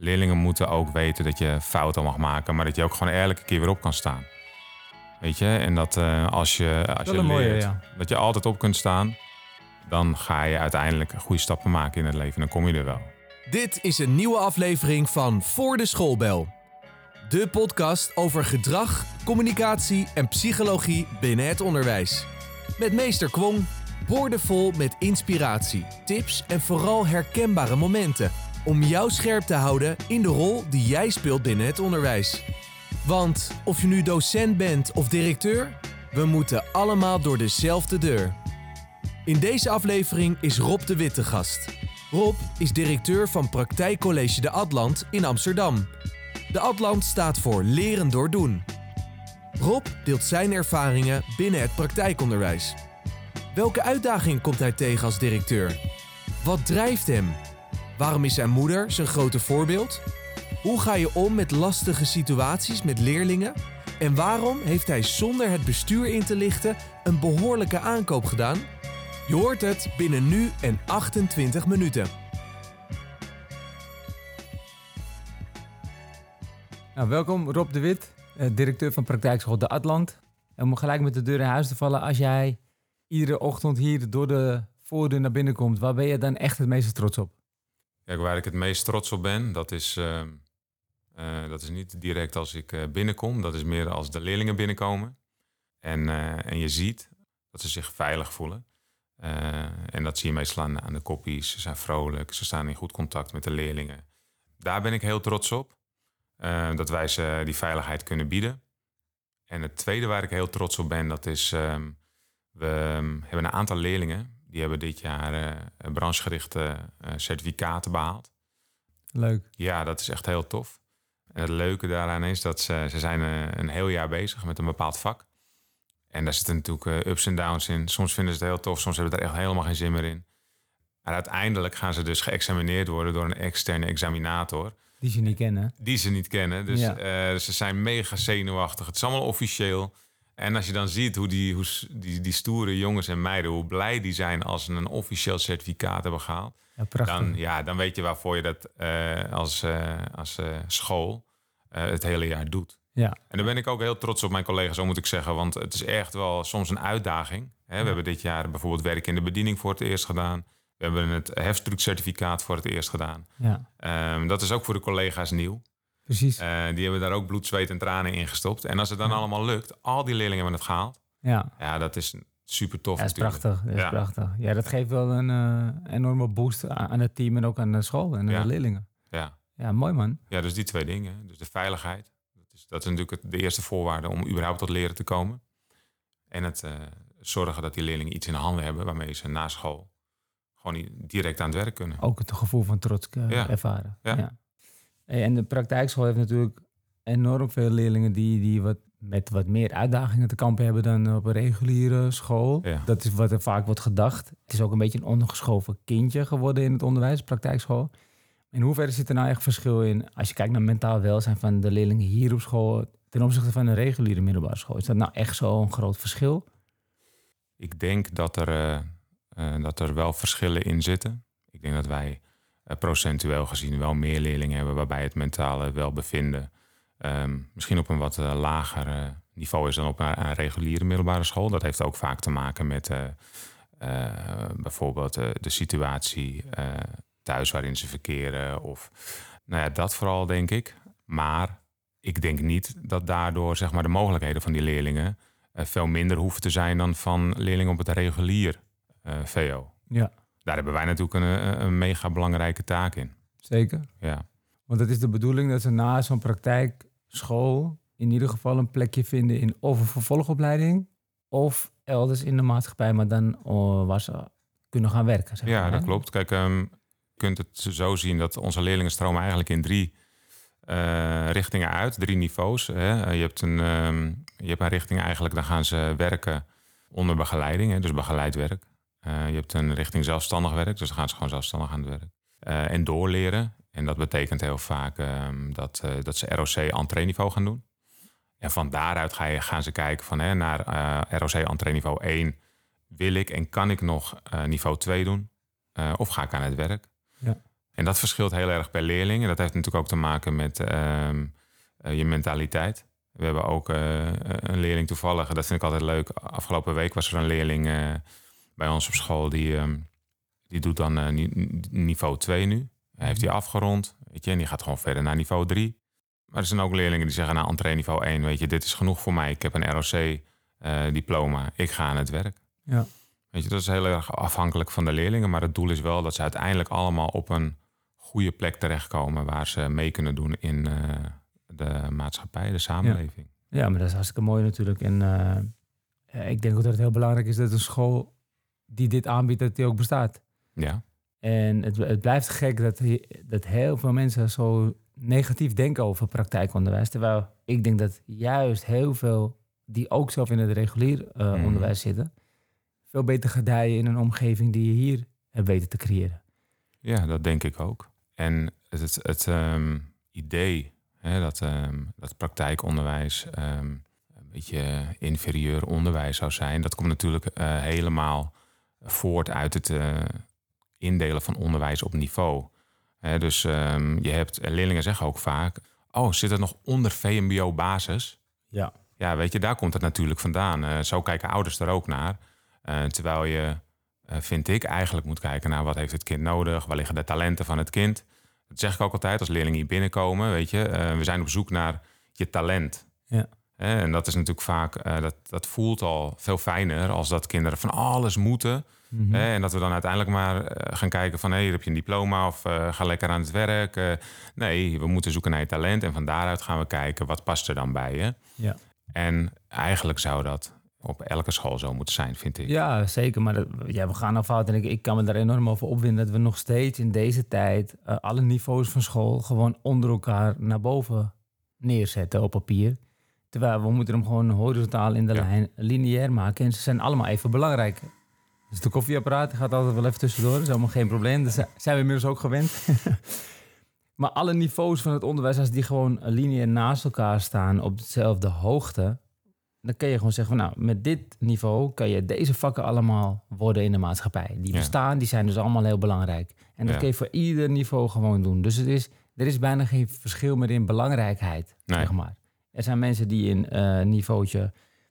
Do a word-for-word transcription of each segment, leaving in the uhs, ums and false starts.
leerlingen moeten ook weten dat je fouten mag maken, maar dat je ook gewoon elke keer weer op kan staan. Weet je, en dat uh, als je, als je leert mooie, ja. dat je altijd op kunt staan, dan ga je uiteindelijk goede stappen maken in het leven en dan kom je er wel. Dit is een nieuwe aflevering van Voor de Schoolbel. De podcast over gedrag, communicatie en psychologie binnen het onderwijs. Met meester Kwong, boordevol met inspiratie, tips en vooral herkenbare momenten om jou scherp te houden in de rol die jij speelt binnen het onderwijs. Want of je nu docent bent of directeur, we moeten allemaal door dezelfde deur. In deze aflevering is Rob de Wit te gast. Rob is directeur van Praktijkcollege De Atlant in Amsterdam. De Atlant staat voor Leren door Doen. Rob deelt zijn ervaringen binnen het praktijkonderwijs. Welke uitdaging komt hij tegen als directeur? Wat drijft hem? Waarom is zijn moeder zijn grote voorbeeld? Hoe ga je om met lastige situaties met leerlingen? En waarom heeft hij zonder het bestuur in te lichten een behoorlijke aankoop gedaan? Je hoort het binnen nu en achtentwintig minuten. Nou, welkom Rob de Wit, directeur van Praktijkschool De Atlant. En om gelijk met de deur in huis te vallen, als jij iedere ochtend hier door de voordeur naar binnen komt, waar ben je dan echt het meest trots op? Kijk, waar ik het meest trots op ben, dat is, uh, uh, dat is niet direct als ik uh, binnenkom. Dat is meer als de leerlingen binnenkomen. En, uh, en je ziet dat ze zich veilig voelen. Uh, en dat zie je meestal aan, aan de koppies. Ze zijn vrolijk, ze staan in goed contact met de leerlingen. Daar ben ik heel trots op. Uh, dat wij ze die veiligheid kunnen bieden. En het tweede waar ik heel trots op ben, dat is... Uh, we hebben een aantal leerlingen... Die hebben dit jaar uh, branchegerichte uh, certificaten behaald. Leuk. Ja, dat is echt heel tof. En het leuke daaraan is dat ze, ze zijn uh, een heel jaar bezig met een bepaald vak. En daar zitten natuurlijk uh, ups en downs in. Soms vinden ze het heel tof, soms hebben ze er echt helemaal geen zin meer in. Maar uiteindelijk gaan ze dus geëxamineerd worden door een externe examinator. Die ze niet kennen. Die ze niet kennen. Dus ja. uh, ze zijn mega zenuwachtig. Het is allemaal officieel. En als je dan ziet hoe die, hoe die, die stoere jongens en meiden... hoe blij die zijn als ze een officieel certificaat hebben gehaald... Ja, prachtig. Dan, ja, dan weet je waarvoor je dat uh, als, uh, als uh, school uh, het hele jaar doet. Ja. En dan ben ik ook heel trots op mijn collega's, zo moet ik zeggen. Want het is echt wel soms een uitdaging. Hè? We ja. hebben dit jaar bijvoorbeeld werk in de bediening voor het eerst gedaan. We hebben het heftruckcertificaat voor het eerst gedaan. Ja. Um, dat is ook voor de collega's nieuw. Precies. Uh, die hebben daar ook bloed, zweet en tranen in gestopt. En als het dan ja. allemaal lukt, al die leerlingen hebben het gehaald. Ja, ja dat is super tof. Ja, dat is natuurlijk. prachtig. Dat is ja. prachtig. Ja, dat geeft wel een uh, enorme boost aan het team en ook aan de school en ja. de leerlingen. Ja. Ja, mooi man. Ja, dus die twee dingen. Dus de veiligheid. Dat is, dat is natuurlijk de eerste voorwaarde om überhaupt tot leren te komen. En het uh, zorgen dat die leerlingen iets in de handen hebben waarmee ze na school gewoon direct aan het werk kunnen. Ook het gevoel van trots uh, ja. ervaren. Ja. Ja. En de praktijkschool heeft natuurlijk enorm veel leerlingen die, die wat, met wat meer uitdagingen te kampen hebben dan op een reguliere school. Ja. Dat is wat er vaak wordt gedacht. Het is ook een beetje een ondergeschoven kindje geworden in het onderwijs, praktijkschool. In hoeverre zit er nou echt verschil in als je kijkt naar mentaal welzijn van de leerlingen hier op school ten opzichte van een reguliere middelbare school? Is dat nou echt zo'n groot verschil? Ik denk dat er, uh, uh, dat er wel verschillen in zitten. Ik denk dat wij uh, procentueel gezien wel meer leerlingen hebben waarbij het mentale welbevinden um, misschien op een wat uh, lager uh, niveau is dan op een, een reguliere middelbare school. Dat heeft ook vaak te maken met uh, uh, bijvoorbeeld uh, de situatie uh, thuis waarin ze verkeren. Of nou ja, dat vooral denk ik. Maar ik denk niet dat daardoor zeg maar, de mogelijkheden van die leerlingen uh, veel minder hoeven te zijn dan van leerlingen op het regulier uh, V O. Ja. Daar hebben wij natuurlijk een, een mega belangrijke taak in. Zeker. Ja. Want het is de bedoeling dat ze na zo'n praktijkschool in ieder geval een plekje vinden in of een vervolgopleiding of elders in de maatschappij, maar dan uh, waar ze kunnen gaan werken. Zeg ja, maar, dat hè? klopt. Kijk, um, je kunt het zo zien dat onze leerlingen stromen eigenlijk in drie uh, richtingen uit, drie niveaus. Hè. Je hebt een, um, je hebt een richting eigenlijk, dan gaan ze werken onder begeleiding, hè, dus begeleid werk. Uh, je hebt een richting zelfstandig werk, dus dan gaan ze gewoon zelfstandig aan het werk. Uh, en doorleren. En dat betekent heel vaak um, dat, uh, dat ze R O C-entreeniveau gaan doen. En van daaruit ga je, gaan ze kijken van, hè, naar uh, R O C-entreeniveau één. Wil ik en kan ik nog uh, niveau twee doen? Uh, of ga ik aan het werk? Ja. En dat verschilt heel erg per leerling. En dat heeft natuurlijk ook te maken met um, uh, je mentaliteit. We hebben ook uh, een leerling toevallig, dat vind ik altijd leuk. Afgelopen week was er een leerling uh, bij ons op school... die, um, die doet dan uh, niveau twee nu. Hij heeft die afgerond, weet je, en die gaat gewoon verder naar niveau drie. Maar er zijn ook leerlingen die zeggen, nou, entree niveau één... weet je, dit is genoeg voor mij. Ik heb een R O C-diploma. Uh, ik ga aan het werk. Ja. Weet je, dat is heel erg afhankelijk van de leerlingen. Maar het doel is wel dat ze uiteindelijk allemaal op een goede plek terechtkomen... waar ze mee kunnen doen in uh, de maatschappij, de samenleving. Ja. ja, maar dat is hartstikke mooi natuurlijk. En uh, ik denk ook dat het heel belangrijk is dat een school die dit aanbiedt, dat die ook bestaat. Ja. En het, het blijft gek dat, dat heel veel mensen zo negatief denken over praktijkonderwijs. Terwijl ik denk dat juist heel veel die ook zelf in het regulier uh, mm. onderwijs zitten... veel beter gedijen in een omgeving die je hier hebt weten te creëren. Ja, dat denk ik ook. En het, het, het um, idee hè, dat, um, dat praktijkonderwijs um, een beetje inferieur onderwijs zou zijn... dat komt natuurlijk uh, helemaal voort uit het uh, indelen van onderwijs op niveau. Hè, dus um, je hebt, leerlingen zeggen ook vaak... oh, zit het nog onder V M B O-basis? Ja. Ja, weet je, daar komt het natuurlijk vandaan. Uh, zo kijken ouders er ook naar... Uh, terwijl je, uh, vind ik, eigenlijk moet kijken naar wat heeft het kind nodig, waar liggen de talenten van het kind. Dat zeg ik ook altijd als leerlingen hier binnenkomen, weet je. Uh, we zijn op zoek naar je talent. Ja. Uh, en dat is natuurlijk vaak, uh, dat, dat voelt al veel fijner als dat kinderen van alles moeten. Mm-hmm. Uh, en dat we dan uiteindelijk maar uh, gaan kijken van, hé, hey, hier heb je een diploma of uh, ga lekker aan het werk. Uh, nee, we moeten zoeken naar je talent en van daaruit gaan we kijken wat past er dan bij je. Ja. En eigenlijk zou dat op elke school zo moeten zijn, vind ik. Ja, zeker. Maar dat, ja, we gaan al fout. En ik, ik kan me daar enorm over opwinden... dat we nog steeds in deze tijd... Uh, alle niveaus van school gewoon onder elkaar naar boven neerzetten op papier. Terwijl we moeten hem gewoon horizontaal in de ja. lijn lineair maken. En ze zijn allemaal even belangrijk. Dus de koffieapparaat gaat altijd wel even tussendoor. Dat is allemaal geen probleem. Dat zijn we inmiddels ook gewend. Maar alle niveaus van het onderwijs... als die gewoon lineair naast elkaar staan op dezelfde hoogte... dan kun je gewoon zeggen van, nou, met dit niveau kan je deze vakken allemaal worden in de maatschappij. Die bestaan, ja. die zijn dus allemaal heel belangrijk. En dat ja. kun je voor ieder niveau gewoon doen. Dus het is, er is bijna geen verschil meer in belangrijkheid, nee. zeg maar. Er zijn mensen die in uh, niveautje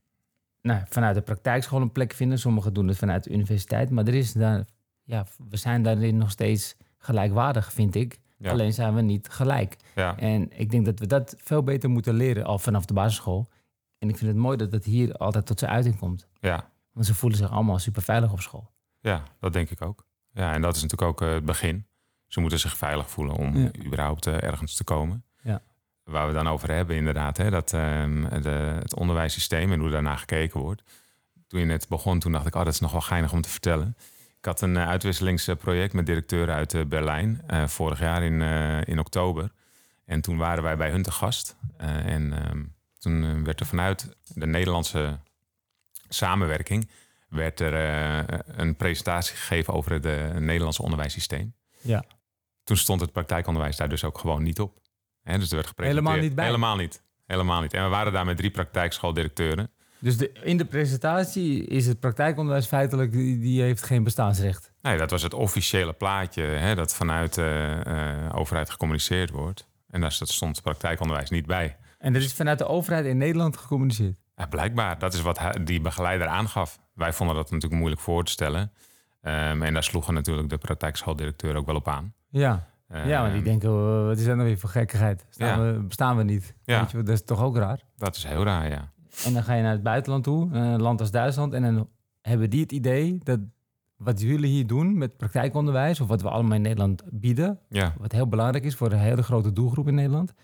nou, vanuit de praktijkschool een plek vinden. Sommigen doen het vanuit de universiteit. Maar er is daar, ja, we zijn daarin nog steeds gelijkwaardig, vind ik. Ja. Alleen zijn we niet gelijk. Ja. En ik denk dat we dat veel beter moeten leren al vanaf de basisschool. En ik vind het mooi dat het hier altijd tot zijn uiting komt. Ja. Want ze voelen zich allemaal super veilig op school. Ja, dat denk ik ook. Ja, en dat is natuurlijk ook uh, het begin. Ze moeten zich veilig voelen om ja. überhaupt uh, ergens te komen. Ja. Waar we dan over hebben inderdaad, hè, dat uh, de, het onderwijssysteem en hoe daarna gekeken wordt. Toen je net begon, toen dacht ik, oh, dat is nog wel geinig om te vertellen. Ik had een uh, uitwisselingsproject met directeuren uit uh, Berlijn, uh, vorig jaar in, uh, in oktober. En toen waren wij bij hun te gast. Uh, en um, toen werd er vanuit de Nederlandse samenwerking werd er uh, een presentatie gegeven over het uh, Nederlandse onderwijssysteem. Ja. Toen stond het praktijkonderwijs daar dus ook gewoon niet op. He, dus er werd gepresenteerd. Helemaal niet bij? Helemaal niet. Helemaal niet. En we waren daar met drie praktijkschooldirecteuren. Dus de, in de presentatie is het praktijkonderwijs feitelijk, die, die heeft geen bestaansrecht? Nee, dat was het officiële plaatje hè, dat vanuit de uh, uh, overheid gecommuniceerd wordt. En daar stond het praktijkonderwijs niet bij. En dat is vanuit de overheid in Nederland gecommuniceerd? Ja, blijkbaar. Dat is wat hij, die begeleider aangaf. Wij vonden dat natuurlijk moeilijk voor te stellen. Um, en daar sloegen natuurlijk de praktijkschooldirecteur ook wel op aan. Ja, um, ja maar die denken, oh, wat is dat nou weer voor gekkigheid? Staan ja. we, bestaan we niet? Ja. Weet je, dat is toch ook raar? Dat is heel raar, ja. En dan ga je naar het buitenland toe, een land als Duitsland... en dan hebben die het idee dat wat jullie hier doen met praktijkonderwijs... of wat we allemaal in Nederland bieden... Ja. wat heel belangrijk is voor een hele grote doelgroep in Nederland...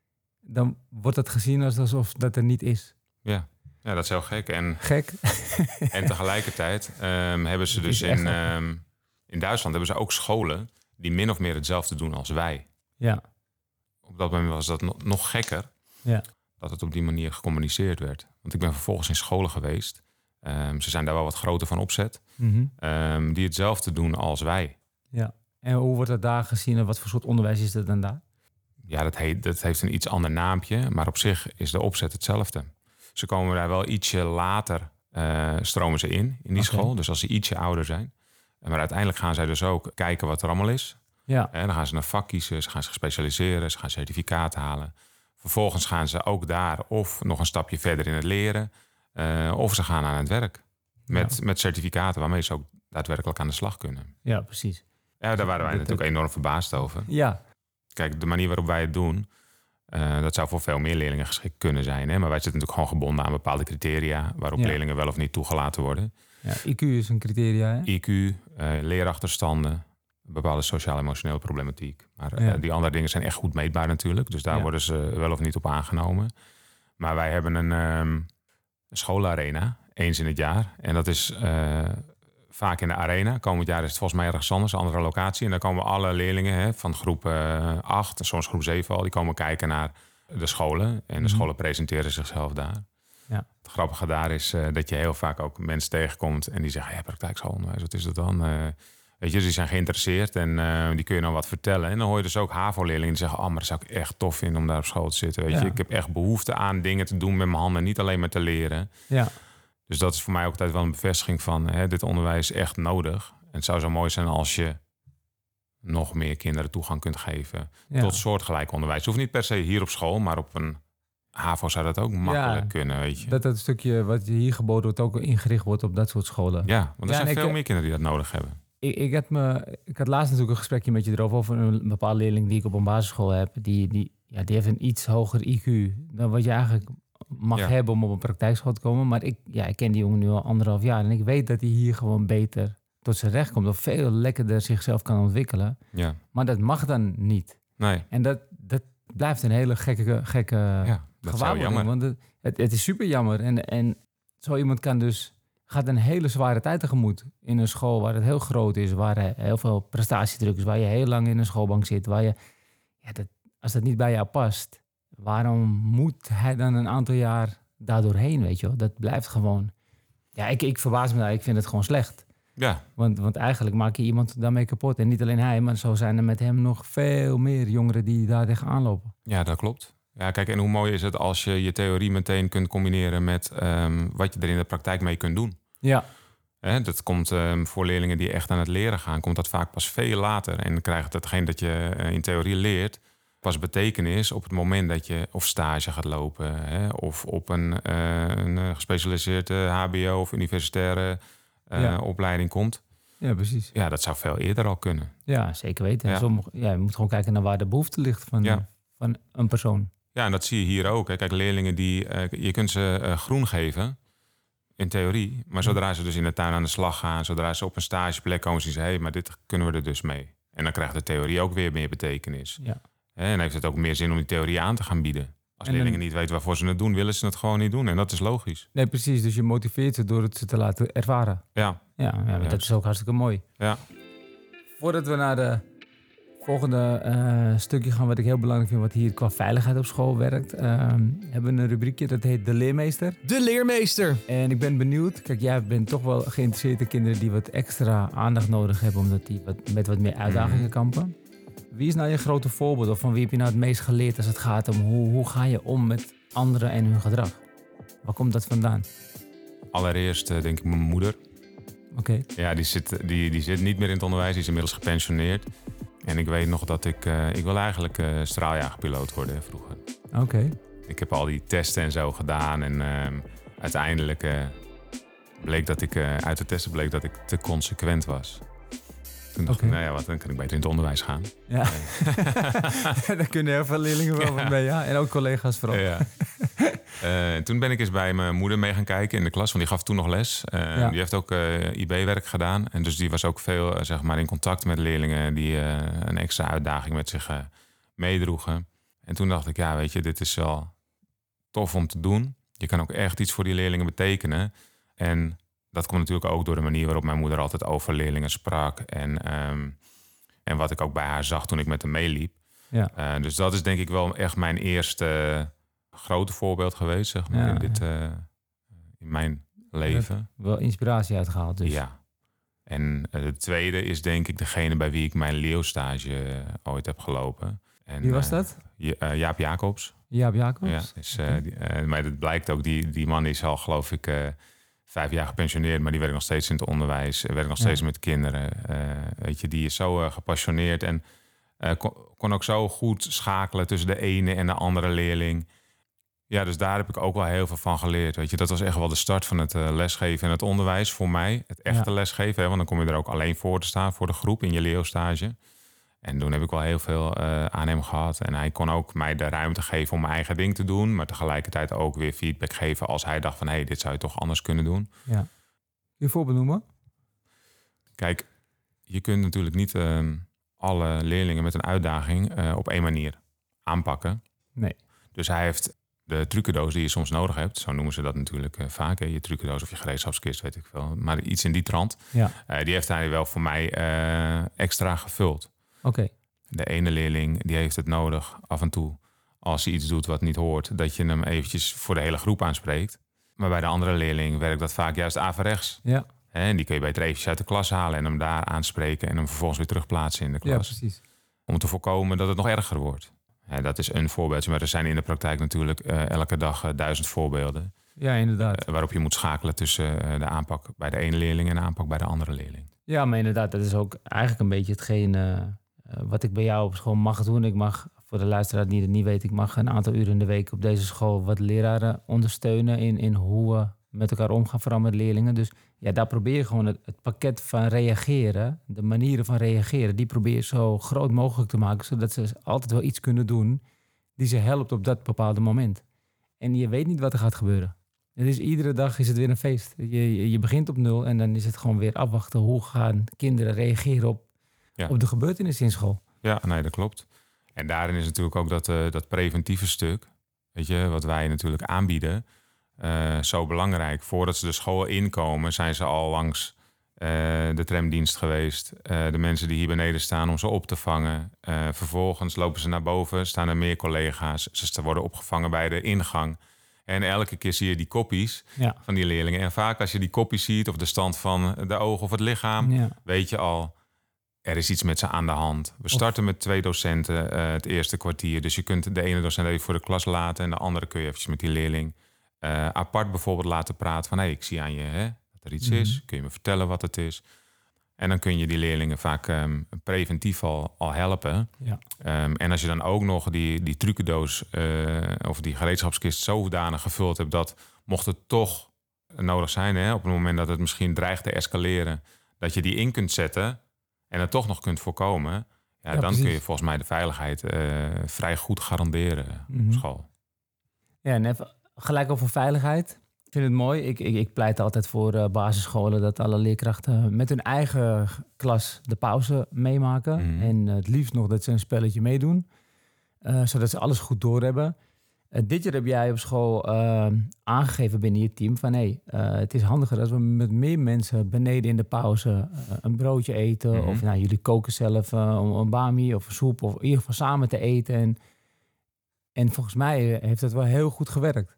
dan wordt dat gezien alsof dat er niet is. Ja, ja dat is heel gek. En, gek. En tegelijkertijd um, hebben ze dus in, um, in Duitsland hebben ze ook scholen... die min of meer hetzelfde doen als wij. Ja. Op dat moment was dat nog, nog gekker... Ja. dat het op die manier gecommuniceerd werd. Want ik ben vervolgens in scholen geweest. Um, ze zijn daar wel wat groter van opzet. Mm-hmm. Um, die hetzelfde doen als wij. Ja. En hoe wordt dat daar gezien en wat voor soort onderwijs is dat dan daar? Ja, dat, heet, dat heeft een iets ander naampje. Maar op zich is de opzet hetzelfde. Ze komen daar wel ietsje later uh, stromen ze in, in die okay. school. Dus als ze ietsje ouder zijn. Maar uiteindelijk gaan zij dus ook kijken wat er allemaal is. Ja. En dan gaan ze een vak kiezen, ze gaan zich specialiseren, ze gaan certificaat halen. Vervolgens gaan ze ook daar of nog een stapje verder in het leren, uh, of ze gaan aan het werk. Met, ja. met certificaten waarmee ze ook daadwerkelijk aan de slag kunnen. Ja, precies. Ja, daar waren wij natuurlijk ook enorm verbaasd over. Ja. Kijk, de manier waarop wij het doen, uh, dat zou voor veel meer leerlingen geschikt kunnen zijn. Hè? Maar wij zitten natuurlijk gewoon gebonden aan bepaalde criteria waarop ja. leerlingen wel of niet toegelaten worden. Ja, I Q is een criteria, hè? I Q, uh, leerachterstanden, bepaalde sociaal-emotionele problematiek. Maar uh, ja. die andere dingen zijn echt goed meetbaar natuurlijk. Dus daar ja. worden ze wel of niet op aangenomen. Maar wij hebben een um, schoolarena, eens in het jaar. En dat is uh, vaak in de arena. Komend jaar is het volgens mij ergens anders, een andere locatie. En dan komen alle leerlingen hè, van groep uh, acht, en soms groep zeven al, die komen kijken naar de scholen. En de mm-hmm. scholen presenteren zichzelf daar. Ja. Het grappige daar is uh, dat je heel vaak ook mensen tegenkomt en die zeggen, ja, praktijkschoolonderwijs, wat is dat dan? Uh, weet je, die zijn geïnteresseerd en uh, die kun je dan wat vertellen. En dan hoor je dus ook HAVO-leerlingen die zeggen, oh, maar dat zou ik echt tof vinden om daar op school te zitten. Weet ja. je, ik heb echt behoefte aan dingen te doen met mijn handen, niet alleen maar te leren. Ja. Dus dat is voor mij ook altijd wel een bevestiging van, hè, dit onderwijs is echt nodig. En het zou zo mooi zijn als je nog meer kinderen toegang kunt geven ja. tot soortgelijk onderwijs. Het hoeft niet per se hier op school, maar op een HAVO zou dat ook makkelijk ja, kunnen, weet je. Dat dat stukje wat hier geboden wordt ook ingericht wordt op dat soort scholen. Ja, want er ja, zijn veel ik, meer kinderen die dat nodig hebben. Ik, ik, had me, ik had laatst natuurlijk een gesprekje met je erover over een bepaalde leerling die ik op een basisschool heb. Die, die, ja, die heeft een iets hoger I Q dan wat je eigenlijk mag ja. hebben om op een praktijkschool te komen. Maar ik, ja, ik ken die jongen nu al anderhalf jaar en ik weet dat hij hier gewoon beter tot zijn recht komt. Of veel lekkerder zichzelf kan ontwikkelen. Ja. Maar dat mag dan niet. Nee. En dat, dat blijft een hele gekke, gekke ja, dat gewaarwording. Want het, het, het is super jammer. En, en zo iemand kan dus gaat een hele zware tijd tegemoet in een school waar het heel groot is, waar heel veel prestatiedruk is, waar je heel lang in een schoolbank zit, waar je, ja, dat, als dat niet bij jou past, waarom moet hij dan een aantal jaar daardoorheen, weet je wel? Dat blijft gewoon. Ja, ik, ik verbaas me daar. Ik vind het gewoon slecht. Ja. Want, want eigenlijk maak je iemand daarmee kapot. En niet alleen hij, maar zo zijn er met hem nog veel meer jongeren die daar tegenaan lopen. Ja, dat klopt. Ja, kijk, en hoe mooi is het als je je theorie meteen kunt combineren met um, wat je er in de praktijk mee kunt doen. Ja. Hè, dat komt um, voor leerlingen die echt aan het leren gaan, komt dat vaak pas veel later. En dan krijgt hetgeen dat je uh, in theorie leert pas betekenis op het moment dat je of stage gaat lopen, hè, of op een, uh, een gespecialiseerde H B O of universitaire uh, ja. opleiding komt. Ja, precies. Ja, dat zou veel eerder al kunnen. Ja, zeker weten. Ja. Sommige, ja, je moet gewoon kijken naar waar de behoefte ligt van, ja. van een persoon. Ja, en dat zie je hier ook. Hè. Kijk, leerlingen die uh, je kunt ze uh, groen geven in theorie, maar zodra ze dus in de tuin aan de slag gaan, zodra ze op een stageplek komen, zien ze, hé, hey, maar dit kunnen we er dus mee. En dan krijgt de theorie ook weer meer betekenis. Ja. En dan heeft het ook meer zin om die theorie aan te gaan bieden. Als en leerlingen dan niet weten waarvoor ze het doen, willen ze het gewoon niet doen. En dat is logisch. Nee, precies. Dus je motiveert ze door het ze te laten ervaren. Ja. Ja, ja, ja. Dat is ook hartstikke mooi. Ja. Voordat we naar de volgende uh, stukje gaan, wat ik heel belangrijk vind, wat hier qua veiligheid op school werkt, uh, hebben we een rubriekje dat heet De Leermeester. De Leermeester. En ik ben benieuwd. Kijk, jij bent toch wel geïnteresseerd in kinderen die wat extra aandacht nodig hebben, omdat die wat, met wat meer uitdagingen kampen. Wie is nou je grote voorbeeld? Of van wie heb je nou het meest geleerd als het gaat om hoe, hoe ga je om met anderen en hun gedrag? Waar komt dat vandaan? Allereerst uh, denk ik mijn moeder. Oké. Okay. Ja, die zit, die, die zit niet meer in het onderwijs. Die is inmiddels gepensioneerd. En ik weet nog dat ik... Uh, ik wil eigenlijk uh, straaljagerpiloot worden vroeger. Oké. Okay. Ik heb al die testen en zo gedaan. En uh, uiteindelijk uh, bleek dat ik... Uh, uit de testen bleek dat ik te consequent was. Toen dacht okay. ik, nou ja, wat, dan kan ik beter in het onderwijs gaan. Ja. Daar kunnen heel veel leerlingen wel ja. mee, ja. En ook collega's vooral. Ja. uh, toen ben ik eens bij mijn moeder mee gaan kijken in de klas, want die gaf toen nog les. Uh, ja. Die heeft ook uh, I B-werk gedaan. En dus die was ook veel uh, zeg maar in contact met leerlingen die uh, een extra uitdaging met zich uh, meedroegen. En toen dacht ik, ja, weet je, dit is wel tof om te doen. Je kan ook echt iets voor die leerlingen betekenen. En dat komt natuurlijk ook door de manier waarop mijn moeder altijd over leerlingen sprak. En, um, en wat ik ook bij haar zag toen ik met hem meeliep. Ja. Uh, dus dat is denk ik wel echt mijn eerste uh, grote voorbeeld geweest, zeg maar, ja, in, dit, uh, in mijn leven. Wel inspiratie uitgehaald dus. Ja. En uh, de tweede is denk ik degene bij wie ik mijn leeuwstage uh, ooit heb gelopen. En, wie was dat? Uh, uh, Jaap Jacobs. Jaap Jacobs? Ja, is, uh, die, uh, maar het blijkt ook, die, die man is al geloof ik... Uh, vijf jaar gepensioneerd, maar die werkt nog steeds in het onderwijs. Werkt nog steeds ja. met kinderen. Uh, weet je, die is zo uh, gepassioneerd en uh, kon, kon ook zo goed schakelen tussen de ene en de andere leerling. Ja, dus daar heb ik ook wel heel veel van geleerd. Weet je, dat was echt wel de start van het uh, lesgeven en het onderwijs voor mij. Het echte ja. lesgeven, hè, want dan kom je er ook alleen voor te staan voor de groep in je leeuwstage. En toen heb ik wel heel veel uh, aan hem gehad. En hij kon ook mij de ruimte geven om mijn eigen ding te doen. Maar tegelijkertijd ook weer feedback geven als hij dacht van... hé, hey, dit zou je toch anders kunnen doen. Ja. Kun je een voorbeeld noemen? Kijk, je kunt natuurlijk niet uh, alle leerlingen met een uitdaging uh, op één manier aanpakken. Nee. Dus hij heeft de trucendoos die je soms nodig hebt. Zo noemen ze dat natuurlijk uh, vaak. Hè? Je trucendoos of je gereedschapskist, weet ik veel. Maar iets in die trant. Ja. Uh, die heeft hij wel voor mij uh, extra gevuld. Oké. Okay. De ene leerling die heeft het nodig af en toe, als hij iets doet wat niet hoort, dat je hem eventjes voor de hele groep aanspreekt. Maar bij de andere leerling werkt dat vaak juist averechts. Ja. En die kun je beter eventjes uit de klas halen en hem daar aanspreken en hem vervolgens weer terugplaatsen in de klas. Ja, precies. Om te voorkomen dat het nog erger wordt. Ja, dat is een voorbeeldje, maar er zijn in de praktijk natuurlijk uh, elke dag uh, duizend voorbeelden. Ja, inderdaad. Uh, waarop je moet schakelen tussen uh, de aanpak bij de ene leerling en de aanpak bij de andere leerling. Ja, maar inderdaad, dat is ook eigenlijk een beetje hetgeen... Uh... Uh, wat ik bij jou op school mag doen. Ik mag, voor de luisteraar die het niet weet... ik mag een aantal uren in de week op deze school... wat leraren ondersteunen in, in hoe we met elkaar omgaan... vooral met leerlingen. Dus ja, daar probeer je gewoon het, het pakket van reageren... de manieren van reageren... die probeer je zo groot mogelijk te maken... zodat ze altijd wel iets kunnen doen... die ze helpt op dat bepaalde moment. En je weet niet wat er gaat gebeuren. Het is, iedere dag is het weer een feest. Je, je begint op nul en dan is het gewoon weer afwachten... hoe gaan kinderen reageren op Ja. op de gebeurtenissen in school. Ja, nee, dat klopt. En daarin is natuurlijk ook dat, uh, dat preventieve stuk, weet je, wat wij natuurlijk aanbieden, uh, zo belangrijk. Voordat ze de school inkomen, zijn ze al langs uh, de tramdienst geweest. Uh, de mensen die hier beneden staan om ze op te vangen. Uh, vervolgens lopen ze naar boven, staan er meer collega's. Ze worden opgevangen bij de ingang. En elke keer zie je die koppies ja. van die leerlingen. En vaak als je die koppies ziet, of de stand van de ogen of het lichaam, ja. weet je al... Er is iets met ze aan de hand. We starten met twee docenten uh, het eerste kwartier. Dus je kunt de ene docent even voor de klas laten... en de andere kun je eventjes met die leerling uh, apart bijvoorbeeld laten praten... van hé, hey, ik zie aan je hè, dat er iets mm-hmm. is. Kun je me vertellen wat het is? En dan kun je die leerlingen vaak um, preventief al, al helpen. Ja. Um, en als je dan ook nog die, die trucendoos uh, of die gereedschapskist zodanig gevuld hebt... dat mocht het toch nodig zijn, hè, op het moment dat het misschien dreigt te escaleren... dat je die in kunt zetten... en het toch nog kunt voorkomen... Ja, ja, dan precies. kun je volgens mij de veiligheid uh, vrij goed garanderen mm-hmm. op school. Ja, en even gelijk over veiligheid. Ik vind het mooi. Ik, ik, ik pleit altijd voor uh, basisscholen... dat alle leerkrachten met hun eigen klas de pauze meemaken. Mm-hmm. En uh, het liefst nog dat ze een spelletje meedoen. Uh, zodat ze alles goed doorhebben. Uh, dit jaar heb jij op school uh, aangegeven binnen je team... van hé, hey, uh, het is handiger als we met meer mensen beneden in de pauze... Uh, een broodje eten. Mm-hmm. Of nou, jullie koken zelf uh, een bami of een soep... of in ieder geval samen te eten. En, en volgens mij heeft het wel heel goed gewerkt.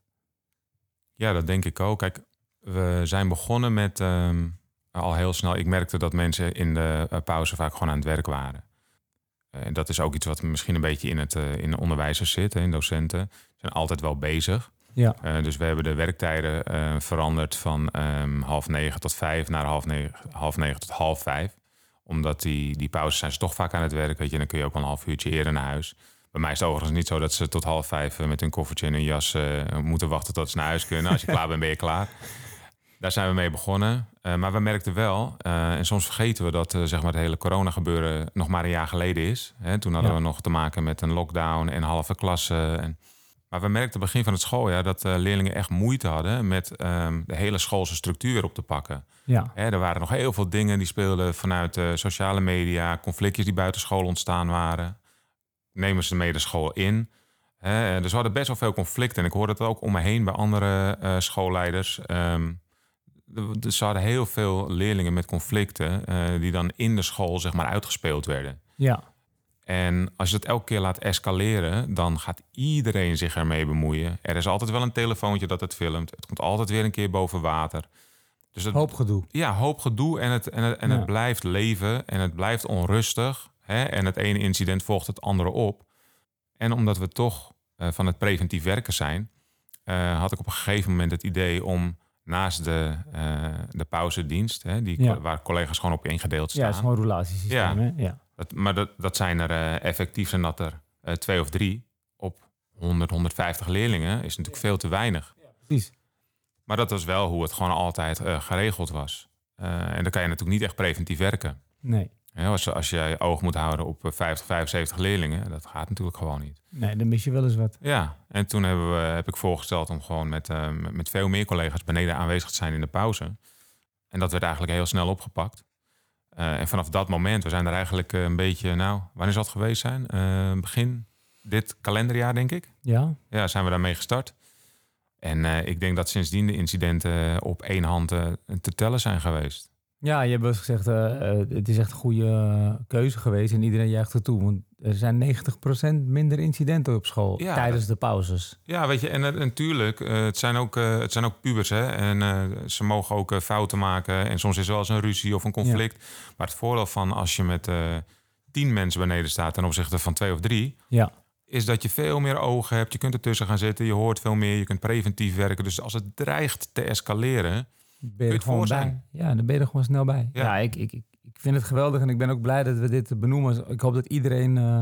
Ja, dat denk ik ook. Kijk, we zijn begonnen met um, al heel snel... Ik merkte dat mensen in de uh, pauze vaak gewoon aan het werk waren. En uh, dat is ook iets wat misschien een beetje in het uh, in de onderwijzers zit, hè, in docenten... zijn altijd wel bezig. Ja. Uh, dus we hebben de werktijden uh, veranderd van um, half negen tot vijf naar half negen, half negen tot half vijf. Omdat die, die pauzes zijn ze toch vaak aan het werk. Weet je, en dan kun je ook wel een half uurtje eerder naar huis. Bij mij is het overigens niet zo dat ze tot half vijf uh, met hun koffertje en hun jas uh, moeten wachten tot ze naar huis kunnen. Als je klaar bent, ben je klaar. Daar zijn we mee begonnen. Uh, maar we merkten wel, uh, en soms vergeten we dat uh, zeg maar het hele corona gebeuren nog maar een jaar geleden is. Hè, toen hadden ja. we nog te maken met een lockdown en halve klassen. En... Maar we merkten begin van het schooljaar dat uh, leerlingen echt moeite hadden met um, de hele schoolse structuur weer op te pakken. Ja. Hè, er waren nog heel veel dingen die speelden vanuit uh, sociale media, conflictjes die buiten school ontstaan waren. Nemen ze mee de school in. Hè, dus we hadden best wel veel conflicten. En ik hoorde het ook om me heen bij andere uh, schoolleiders. Um, Dus ze hadden heel veel leerlingen met conflicten... Uh, die dan in de school zeg maar uitgespeeld werden. Ja. En als je dat elke keer laat escaleren... dan gaat iedereen zich ermee bemoeien. Er is altijd wel een telefoontje dat het filmt. Het komt altijd weer een keer boven water. Dus dat, hoop gedoe. Ja, hoop gedoe. En, het, en, het, en ja. het blijft leven. En het blijft onrustig. Hè? En het ene incident volgt het andere op. En omdat we toch uh, van het preventief werken zijn... Uh, had ik op een gegeven moment het idee om... naast de, uh, de pauzedienst, hè, die, ja. waar collega's gewoon op ingedeeld staan. Ja, het is gewoon een relatiesysteem. Ja. Hè? Ja. Dat, maar dat, dat zijn er uh, effectief zijn dat er uh, twee of drie op honderd, honderdvijftig leerlingen is natuurlijk veel te weinig. Ja, precies. Maar dat was wel hoe het gewoon altijd uh, geregeld was. Uh, en dan kan je natuurlijk niet echt preventief werken. Nee. Ja, als, als je oog moet houden op vijftig, vijfenzeventig leerlingen, dat gaat natuurlijk gewoon niet. Nee, dan mis je wel eens wat. Ja, en toen hebben we, heb ik voorgesteld om gewoon met, uh, met veel meer collega's beneden aanwezig te zijn in de pauze. En dat werd eigenlijk heel snel opgepakt. Uh, en vanaf dat moment, we zijn er eigenlijk uh, een beetje, nou, wanneer zal het geweest zijn? Uh, begin dit kalenderjaar, denk ik. Ja. Ja, zijn we daarmee gestart. En uh, ik denk dat sindsdien de incidenten op één hand uh, te tellen zijn geweest. Ja, je hebt wel eens gezegd, uh, uh, het is echt een goede uh, keuze geweest en iedereen juicht ertoe. Want er zijn negentig procent minder incidenten op school ja, tijdens dat, de pauzes. Ja, weet je, en natuurlijk, uh, het, zijn ook, uh, het zijn ook pubers, hè. En uh, ze mogen ook uh, fouten maken. En soms is er wel eens een ruzie of een conflict. Ja. Maar het voordeel van als je met uh, tien mensen beneden staat ten opzichte van twee of drie... Ja. is dat je veel meer ogen hebt. Je kunt ertussen gaan zitten, je hoort veel meer, je kunt preventief werken. Dus als het dreigt te escaleren, ben je er gewoon bij. Ja, dan ben je er gewoon snel bij. Ja, ja ik, ik, ik vind het geweldig en ik ben ook blij dat we dit benoemen. Ik hoop dat iedereen uh,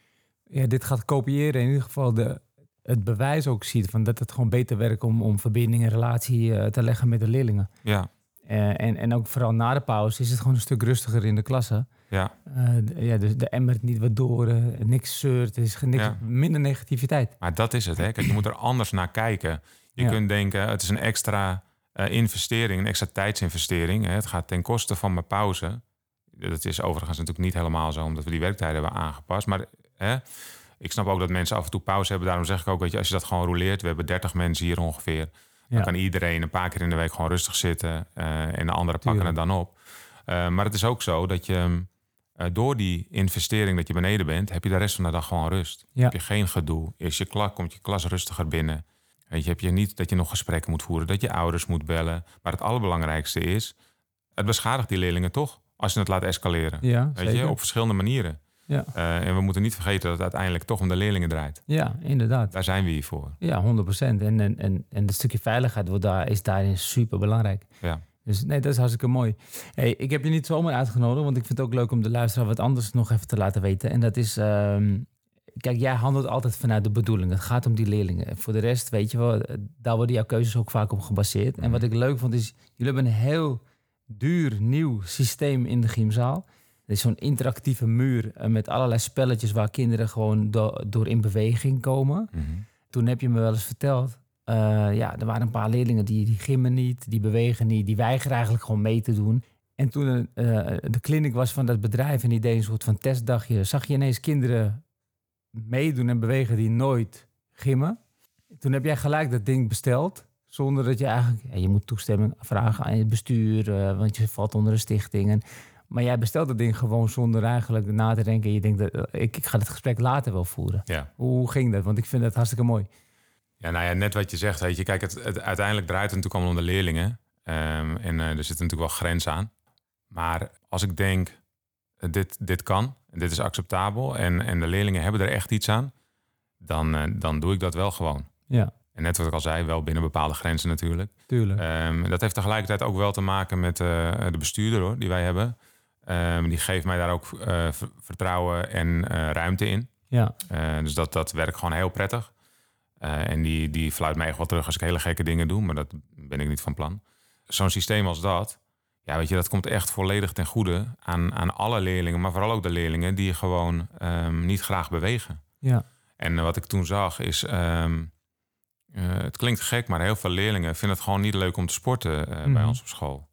ja, dit gaat kopiëren. In ieder geval de, het bewijs ook ziet van dat het gewoon beter werkt om, om verbinding en relatie uh, te leggen met de leerlingen. Ja. Uh, en, en ook vooral na de pauze is het gewoon een stuk rustiger in de klasse. Ja. Uh, de, ja, dus de emmert niet wat door, uh, niks zeurt, er is niks, ja. minder negativiteit. Maar dat is het, hè. Kijk, je moet er anders naar kijken. Je ja. kunt denken, het is een extra uh, investering, een extra tijdsinvestering. Hè. Het gaat ten koste van mijn pauze. Dat is overigens natuurlijk niet helemaal zo, omdat we die werktijden hebben aangepast. Maar hè, ik snap ook dat mensen af en toe pauze hebben. Daarom zeg ik ook, weet je, als je dat gewoon roleert, we hebben dertig mensen hier ongeveer. Dan ja. kan iedereen een paar keer in de week gewoon rustig zitten. Uh, en de anderen pakken het dan op. Uh, maar het is ook zo dat je uh, door die investering dat je beneden bent, heb je de rest van de dag gewoon rust. Ja. Heb je geen gedoe. Is je klas, komt je klas rustiger binnen. Weet je, heb je niet dat je nog gesprekken moet voeren, dat je ouders moet bellen. Maar het allerbelangrijkste is, het beschadigt die leerlingen toch als je het laat escaleren. Ja, weet je, op verschillende manieren. Ja. Uh, en we moeten niet vergeten dat het uiteindelijk toch om de leerlingen draait. Ja, inderdaad. Daar zijn we hier voor. Ja, honderd procent. En, en, en, en het stukje veiligheid wordt daar, is daarin super belangrijk. Ja. Dus nee, dat is hartstikke mooi. Hey, ik heb je niet zomaar uitgenodigd, want ik vind het ook leuk om de luisteraar wat anders nog even te laten weten. En dat is, um, kijk, jij handelt altijd vanuit de bedoeling. Het gaat om die leerlingen. Voor de rest, weet je wel, daar worden jouw keuzes ook vaak op gebaseerd. En wat ik leuk vond is, jullie hebben een heel duur nieuw systeem in de gymzaal. Er is zo'n interactieve muur met allerlei spelletjes waar kinderen gewoon do- door in beweging komen. Mm-hmm. Toen heb je me wel eens verteld, uh, ja, er waren een paar leerlingen die, die gimmen niet, die bewegen niet, die weigeren eigenlijk gewoon mee te doen. En toen uh, de clinic was van dat bedrijf en die deed een soort van testdagje, zag je ineens kinderen meedoen en bewegen die nooit gimmen. Toen heb jij gelijk dat ding besteld, zonder dat je eigenlijk, ja, je moet toestemming vragen aan het bestuur, uh, want je valt onder een stichting. En, maar jij bestelt dat ding gewoon zonder eigenlijk na te denken. Je denkt, dat, ik, ik ga het gesprek later wel voeren. Ja. Hoe ging dat? Want ik vind dat hartstikke mooi. Ja, nou ja, net wat je zegt. Weet je, kijk, het, het, uiteindelijk draait het natuurlijk allemaal om de leerlingen. Um, en uh, er zit natuurlijk wel grens aan. Maar als ik denk, dit, dit kan, dit is acceptabel en, en de leerlingen hebben er echt iets aan, dan, uh, dan doe ik dat wel gewoon. Ja. En net wat ik al zei, wel binnen bepaalde grenzen natuurlijk. Tuurlijk. Um, dat heeft tegelijkertijd ook wel te maken met uh, de bestuurder hoor, die wij hebben. Um, die geeft mij daar ook uh, vertrouwen en uh, ruimte in. Ja. Uh, dus dat, dat werkt gewoon heel prettig. Uh, en die, die fluit mij echt wel terug als ik hele gekke dingen doe. Maar dat ben ik niet van plan. Zo'n systeem als dat, ja, weet je, dat komt echt volledig ten goede aan, aan alle leerlingen. Maar vooral ook de leerlingen die gewoon um, niet graag bewegen. Ja. En uh, wat ik toen zag is, um, uh, het klinkt gek, maar heel veel leerlingen vinden het gewoon niet leuk om te sporten uh, mm-hmm. bij ons op school.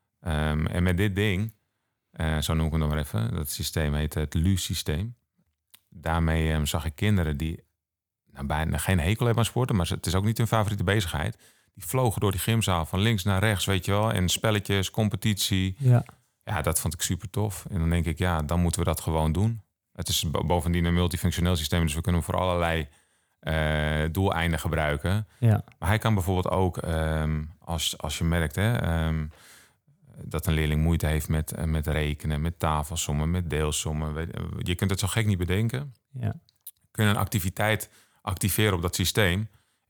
Um, en met dit ding, uh, zo noem ik hem dan maar even, dat systeem heet het L U-systeem. Daarmee um, zag ik kinderen die nou, bijna geen hekel hebben aan sporten, maar het is ook niet hun favoriete bezigheid. Die vlogen door die gymzaal van links naar rechts, weet je wel. En spelletjes, competitie. Ja. Ja, dat vond ik super tof. En dan denk ik, ja, dan moeten we dat gewoon doen. Het is bovendien een multifunctioneel systeem, dus we kunnen hem voor allerlei uh, doeleinden gebruiken. Ja. Maar hij kan bijvoorbeeld ook, um, als, als je merkt hè, um, dat een leerling moeite heeft met, uh, met rekenen, met tafelsommen, met deelsommen. Weet, uh, je kunt het zo gek niet bedenken. Ja. Kun je een activiteit activeren op dat systeem.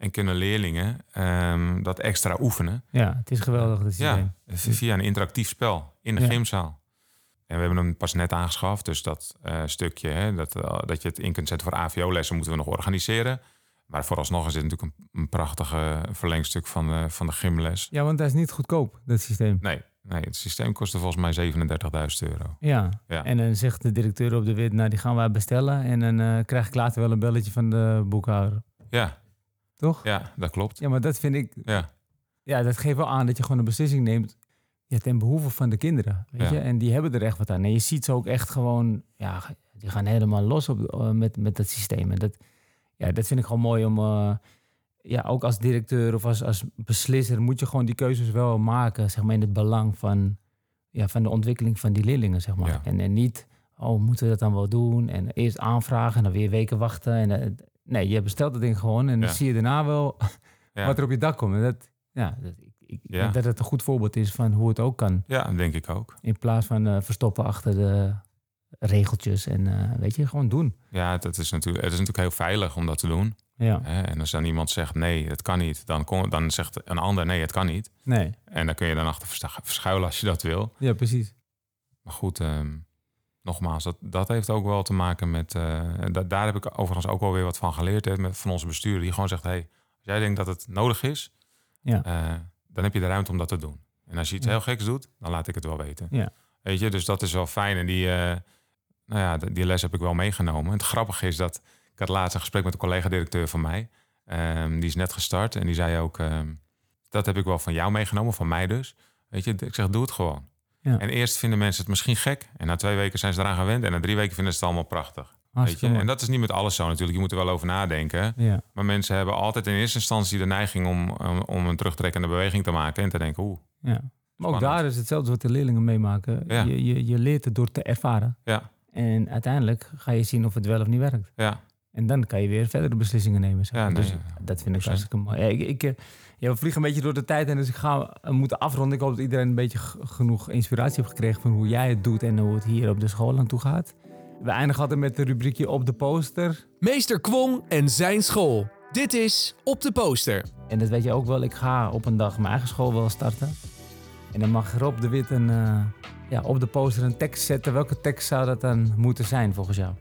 En kunnen leerlingen um, dat extra oefenen. Ja, het is geweldig. Dat ja, via een interactief spel in de ja. gymzaal. En we hebben hem pas net aangeschaft. Dus dat uh, stukje, hè, dat, uh, dat je het in kunt zetten voor A V O-lessen, moeten we nog organiseren. Maar vooralsnog is dit natuurlijk een, een prachtige verlengstuk van de, van de gymles. Ja, want dat is niet goedkoop, dat systeem. Nee, nee het systeem kostte volgens mij zevenendertigduizend euro. Ja. ja, en dan zegt de directeur op de Wit, nou die gaan wij bestellen. En dan uh, krijg ik later wel een belletje van de boekhouder. Ja. Toch? Ja, dat klopt. Ja, maar dat vind ik... Ja, ja dat geeft wel aan dat je gewoon een beslissing neemt... Ja, ten behoeve van de kinderen, weet ja. je. En die hebben er echt wat aan. En je ziet ze ook echt gewoon... Ja, die gaan helemaal los op, uh, met, met dat systeem. En dat, ja, dat vind ik gewoon mooi om... Uh, ja, ook als directeur of als, als beslisser... moet je gewoon die keuzes wel maken... zeg maar in het belang van, ja, van de ontwikkeling van die leerlingen, zeg maar. Ja. En, en niet... oh, moeten we dat dan wel doen? En eerst aanvragen en dan weer weken wachten. En, uh, nee, je bestelt het ding gewoon... en dan ja. zie je daarna wel ja. wat er op je dak komt. En dat, ja, dat, ik Ja. denk dat het een goed voorbeeld is van hoe het ook kan. Ja, denk ik ook. In plaats van uh, verstoppen achter de regeltjes en uh, weet je, gewoon doen. Ja, dat is natuurlijk, het is natuurlijk heel veilig om dat te doen. Ja. En als dan iemand zegt nee, het kan niet, dan, kom, dan zegt een ander nee, het kan niet. Nee. En dan kun je dan achter verschuilen als je dat wil. Ja, precies. Maar goed, um, nogmaals, dat, dat heeft ook wel te maken met... Uh, da, daar heb ik overigens ook wel weer wat van geleerd hè, met, van onze bestuurder. Die gewoon zegt, hey, als jij denkt dat het nodig is... Ja. Uh, dan heb je de ruimte om dat te doen. En als je iets ja. heel geks doet, dan laat ik het wel weten. Ja. Weet je, dus dat is wel fijn. En die, uh, nou ja, die les heb ik wel meegenomen. En het grappige is dat... Ik had laatst een gesprek met een collega-directeur van mij. Um, die is net gestart. En die zei ook... Um, dat heb ik wel van jou meegenomen, van mij dus. Weet je, ik zeg, doe het gewoon. Ja. En eerst vinden mensen het misschien gek. En na twee weken zijn ze eraan gewend. En na drie weken vinden ze het allemaal prachtig. Weet je? En dat is niet met alles zo natuurlijk. Je moet er wel over nadenken. Ja. Maar mensen hebben altijd in eerste instantie de neiging om, om, om een terugtrekkende beweging te maken. En te denken, oeh. Ja. Maar ook daar is hetzelfde wat de leerlingen meemaken. Ja. Je, je, je leert het door te ervaren. Ja. En uiteindelijk ga je zien of het wel of niet werkt. Ja. En dan kan je weer verdere beslissingen nemen. Zeg maar. Ja, nee, dus ja. dat vind ik hartstikke mooi. Ja, ik, ik, ja, we vliegen een beetje door de tijd en dus ik ga uh, moeten afronden. Ik hoop dat iedereen een beetje g- genoeg inspiratie heeft gekregen van hoe jij het doet en hoe het hier op de school aan toe gaat. We eindigen altijd met de rubriekje op de poster. Meester Kwong en zijn school. Dit is Op de Poster. En dat weet je ook wel, ik ga op een dag mijn eigen school wel starten. En dan mag Rob de Wit een, uh, ja, op de poster een tekst zetten. Welke tekst zou dat dan moeten zijn volgens jou?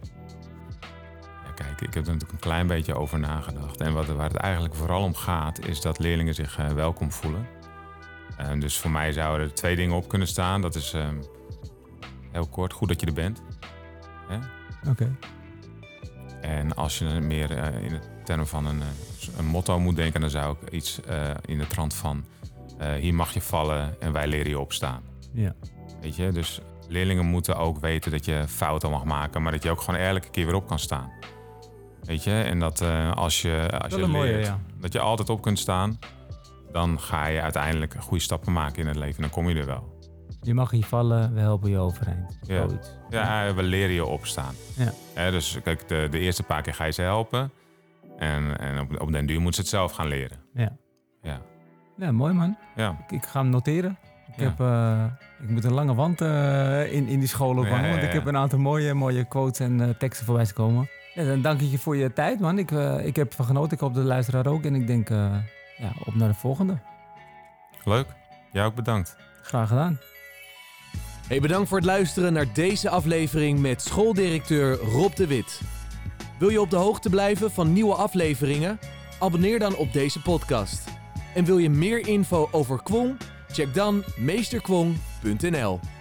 Ja, kijk, ik heb er natuurlijk een klein beetje over nagedacht. En wat, waar het eigenlijk vooral om gaat, is dat leerlingen zich uh, welkom voelen. Uh, dus voor mij zouden er twee dingen op kunnen staan. Dat is uh, heel kort, goed dat je er bent. Oké. Okay. En als je meer uh, in het termen van een, een motto moet denken, dan zou ik iets uh, in de trant van uh, hier mag je vallen en wij leren je opstaan. Ja. Weet je, dus leerlingen moeten ook weten dat je fouten mag maken, maar dat je ook gewoon elke keer weer op kan staan. Weet je, en dat uh, als je, als je leert mooie, ja. dat je altijd op kunt staan, dan ga je uiteindelijk goede stappen maken in het leven en dan kom je er wel. Je mag hier vallen, we helpen je overeind. Ja, ja, we leren je opstaan. Ja. Ja, dus kijk, de, de eerste paar keer ga je ze helpen. En, en op, op den duur moeten ze het zelf gaan leren. Ja. Ja, ja mooi man. Ja. Ik, ik ga hem noteren. Ik, Ja. heb, uh, ik moet een lange wand uh, in, in die school ophangen. Ja, ja, ja. Want ik heb een aantal mooie, mooie quotes en uh, teksten voorbij te komen. Ja, dan dank ik je voor je tijd man. Ik, uh, ik heb van genoten. Ik hoop de luisteraar ook. En ik denk uh, ja, op naar de volgende. Leuk. Jij ook bedankt. Graag gedaan. Hey, bedankt voor het luisteren naar deze aflevering met schooldirecteur Rob de Wit. Wil je op de hoogte blijven van nieuwe afleveringen? Abonneer dan op deze podcast. En wil je meer info over Kwong? Check dan meester kwong punt n l.